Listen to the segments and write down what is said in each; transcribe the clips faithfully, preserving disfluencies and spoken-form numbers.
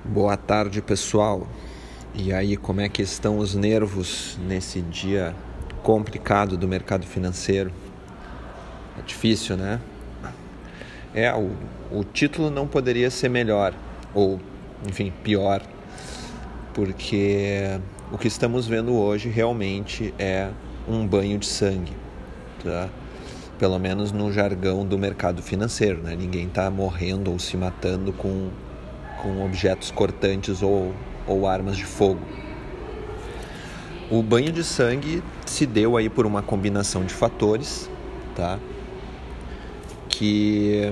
Boa tarde, pessoal. E aí, como é que estão os nervos nesse dia complicado do mercado financeiro? É difícil, né? É, o, o título não poderia ser melhor, ou, enfim, pior, porque o que estamos vendo hoje realmente é um banho de sangue, tá? Pelo menos no jargão do mercado financeiro, né? Ninguém está morrendo ou se matando com com objetos cortantes ou, ou armas de fogo. O banho de sangue se deu aí por uma combinação de fatores, tá? Que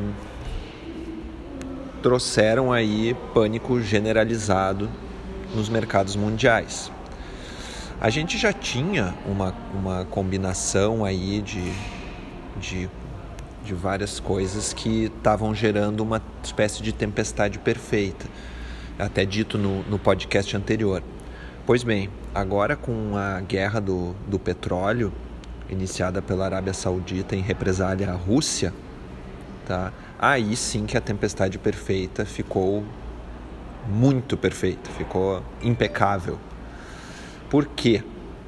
trouxeram aí pânico generalizado nos mercados mundiais. A gente já tinha uma, uma combinação aí de, de de várias coisas que estavam gerando uma espécie de tempestade perfeita, até dito no, no podcast anterior. Pois bem, agora com a guerra do, do petróleo, iniciada pela Arábia Saudita em represália à Rússia, tá? Aí sim que a tempestade perfeita ficou muito perfeita, ficou impecável. Por quê?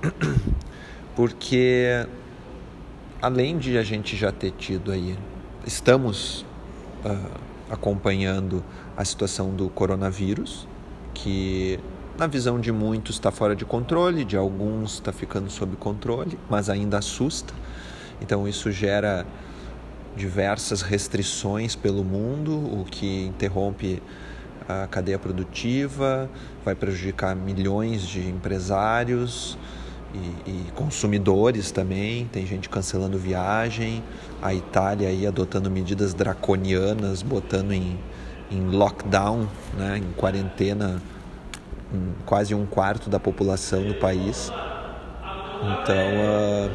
Porque além de a gente já ter tido aí, estamos uh, acompanhando a situação do coronavírus, que na visão de muitos está fora de controle, de alguns está ficando sob controle, mas ainda assusta. Então isso gera diversas restrições pelo mundo, o que interrompe a cadeia produtiva, vai prejudicar milhões de empresários, E, e consumidores também. Tem gente cancelando viagem, a Itália aí adotando medidas draconianas, botando em, em lockdown, né, em quarentena, em quase um quarto da população do país. Então, uh,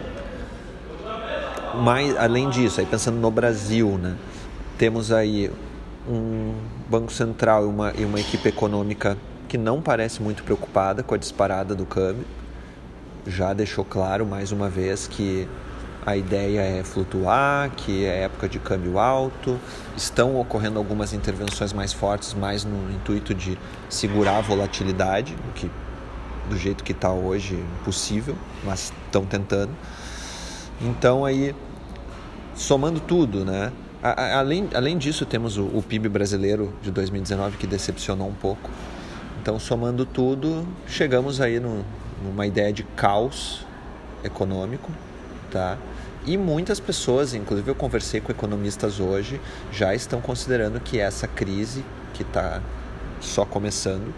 mais, além disso, aí pensando no Brasil, né, temos aí um Banco Central e uma, e uma equipe econômica que não parece muito preocupada com a disparada do câmbio. Já deixou claro mais uma vez que a ideia é flutuar, que é época de câmbio alto. Estão ocorrendo algumas intervenções mais fortes, mais no intuito de segurar a volatilidade, que do jeito que está hoje é impossível, mas estão tentando. Então aí, somando tudo, né? A, a, além, além disso, temos o, o P I B brasileiro de dois mil e dezenove que decepcionou um pouco. Então, somando tudo, chegamos aí no numa ideia de caos econômico, tá? E muitas pessoas, inclusive eu conversei com economistas hoje, já estão considerando que essa crise, que está só começando,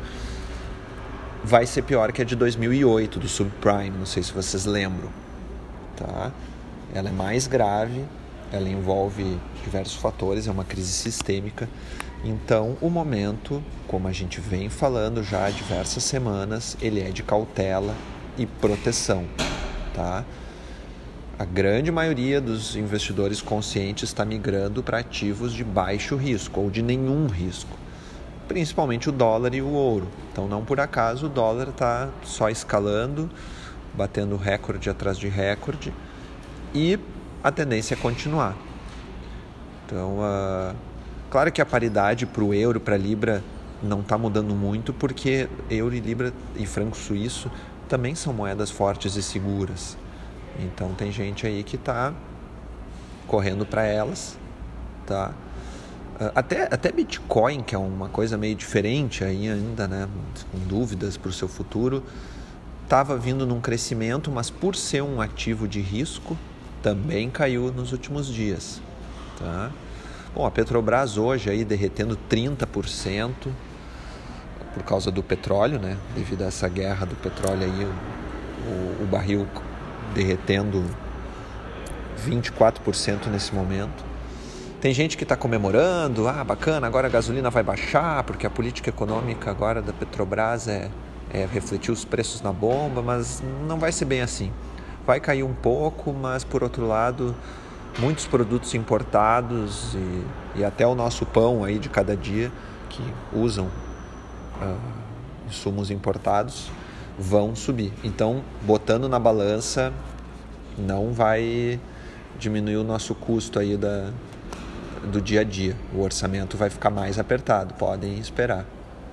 vai ser pior que a de dois mil e oito, do subprime, não sei se vocês lembram, tá? Ela é mais grave, ela envolve diversos fatores, é uma crise sistêmica. Então, o momento, como a gente vem falando já há diversas semanas, ele é de cautela e proteção, tá? A grande maioria dos investidores conscientes está migrando para ativos de baixo risco ou de nenhum risco, principalmente o dólar e o ouro. Então, não por acaso, o dólar está só escalando, batendo recorde atrás de recorde, e a tendência é continuar. Então, uh, claro que a paridade para o euro, para a libra, não está mudando muito, porque euro e libra e franco suíço também são moedas fortes e seguras. Então tem gente aí que está correndo para elas, tá? Até, até Bitcoin, que é uma coisa meio diferente aí ainda, né? Com dúvidas para o seu futuro, estava vindo num crescimento, mas por ser um ativo de risco, também caiu nos últimos dias, tá? Bom, a Petrobras hoje aí derretendo trinta por cento por causa do petróleo, né? Devido a essa guerra do petróleo aí, o, o barril derretendo vinte e quatro por cento nesse momento. Tem gente que está comemorando, ah, bacana, agora a gasolina vai baixar, porque a política econômica agora da Petrobras é, é refletir os preços na bomba, mas não vai ser bem assim. Vai cair um pouco, mas por outro lado, muitos produtos importados e, e até o nosso pão aí de cada dia, que usam uh, insumos importados, vão subir. Então, botando na balança, não vai diminuir o nosso custo aí da, do dia a dia. O orçamento vai ficar mais apertado, podem esperar.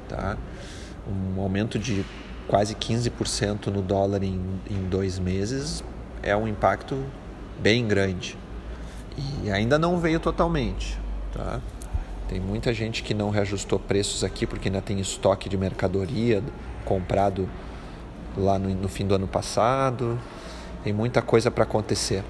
tá? Um aumento de quase quinze por cento no dólar em, em dois meses é um impacto bem grande. E ainda não veio totalmente, tá? Tem muita gente que não reajustou preços aqui porque ainda tem estoque de mercadoria comprado lá no, no fim do ano passado. Tem muita coisa para acontecer.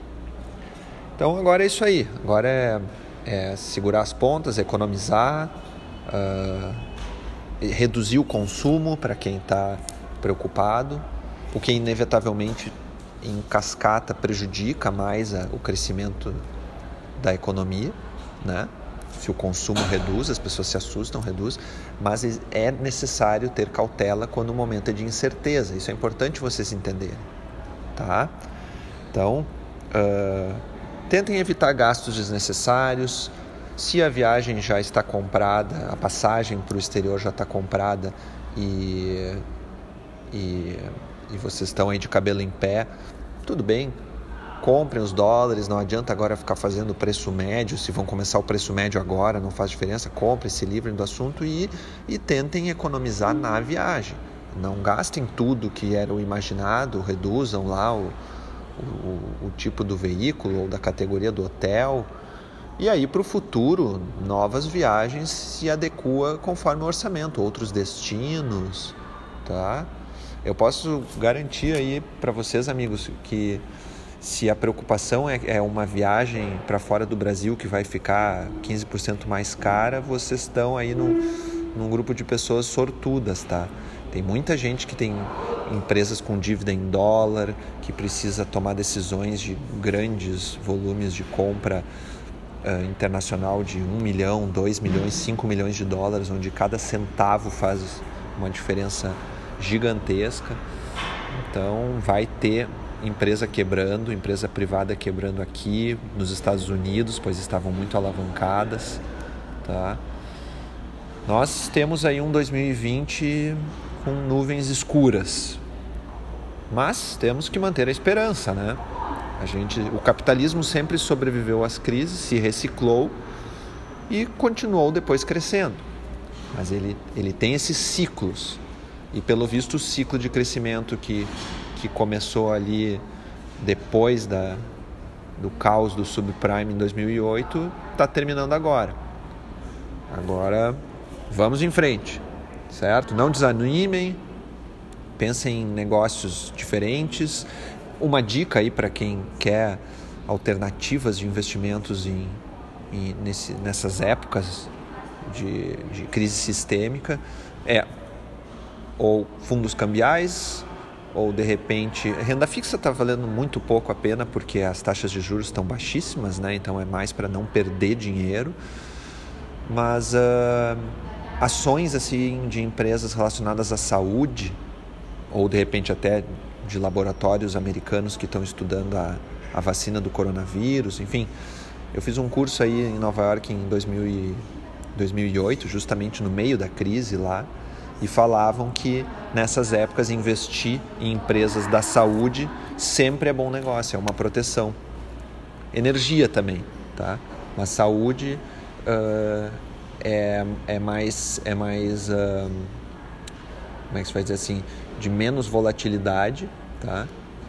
Então agora é isso aí. Agora é, é segurar as pontas, economizar, uh, reduzir o consumo para quem está preocupado, o que inevitavelmente em cascata prejudica mais a, o crescimento da economia, né? Se o consumo reduz, as pessoas se assustam, reduz, mas é necessário ter cautela quando o momento é de incerteza. Isso é importante vocês entenderem, tá? Então, uh, tentem evitar gastos desnecessários. Se a viagem já está comprada, a passagem para o exterior já está comprada e, e, e vocês estão aí de cabelo em pé, tudo bem. Comprem os dólares, não adianta agora ficar fazendo o preço médio, se vão começar o preço médio agora, não faz diferença, comprem, se livrem do assunto e, e tentem economizar na viagem. Não gastem tudo que era o imaginado, reduzam lá o, o, o tipo do veículo ou da categoria do hotel. E aí para o futuro, novas viagens se adequam conforme o orçamento, outros destinos, tá? Eu posso garantir aí para vocês, amigos, que se a preocupação é, é uma viagem para fora do Brasil que vai ficar quinze por cento mais cara, vocês estão aí num, num grupo de pessoas sortudas, tá? Tem muita gente que tem empresas com dívida em dólar, que precisa tomar decisões de grandes volumes de compra uh, internacional de um milhão, dois milhões, cinco milhões de dólares, onde cada centavo faz uma diferença gigantesca. Então vai ter empresa quebrando, empresa privada quebrando aqui nos Estados Unidos, pois estavam muito alavancadas, tá? Nós temos aí um dois mil e vinte com nuvens escuras, mas temos que manter a esperança, né? A gente, o capitalismo sempre sobreviveu às crises, se reciclou e continuou depois crescendo, mas ele, ele tem esses ciclos e pelo visto o ciclo de crescimento que que começou ali depois da, do caos do subprime em dois mil e oito, está terminando agora. Agora, vamos em frente, certo? Não desanimem, pensem em negócios diferentes. Uma dica aí para quem quer alternativas de investimentos em, em, nesse, nessas épocas de, de crise sistêmica é ou fundos cambiais, ou de repente, renda fixa está valendo muito pouco a pena porque as taxas de juros estão baixíssimas, né? Então é mais para não perder dinheiro, mas uh, ações assim de empresas relacionadas à saúde, ou de repente até de laboratórios americanos que estão estudando a, a vacina do coronavírus, enfim. Eu fiz um curso aí em Nova York em dois mil e oito, justamente no meio da crise lá, e falavam que nessas épocas investir em empresas da saúde sempre é bom negócio, é uma proteção. Energia também, tá? Mas saúde uh, é, é mais, é mais uh, como é que se vai dizer assim, de menos volatilidade, tá?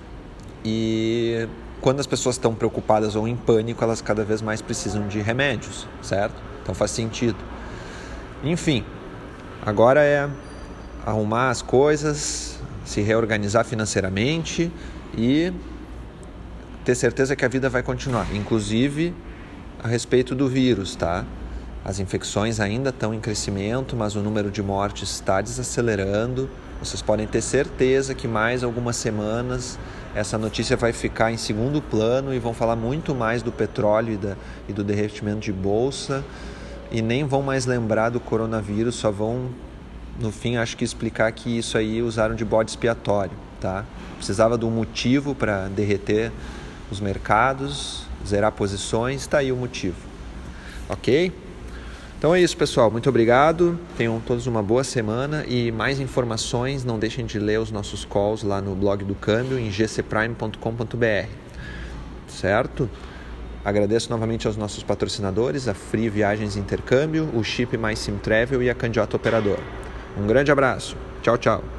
E quando as pessoas estão preocupadas ou em pânico, elas cada vez mais precisam de remédios, certo? Então faz sentido. Enfim, agora é arrumar as coisas, se reorganizar financeiramente e ter certeza que a vida vai continuar, inclusive a respeito do vírus, tá? As infecções ainda estão em crescimento, mas o número de mortes está desacelerando. Vocês podem ter certeza que mais algumas semanas essa notícia vai ficar em segundo plano e vão falar muito mais do petróleo e, da, e do derretimento de bolsa e nem vão mais lembrar do coronavírus, só vão, no fim, acho que explicar que isso aí usaram de bode expiatório, tá? Precisava de um motivo para derreter os mercados, zerar posições, está aí o motivo, ok? Então é isso, pessoal. Muito obrigado. Tenham todos uma boa semana e mais informações, não deixem de ler os nossos calls lá no blog do Câmbio em g c prime ponto com ponto b r. Certo? Agradeço novamente aos nossos patrocinadores, a Free Viagens Intercâmbio, o Chip Mais Sim Travel e a Candiota Operador. Um grande abraço. Tchau, tchau.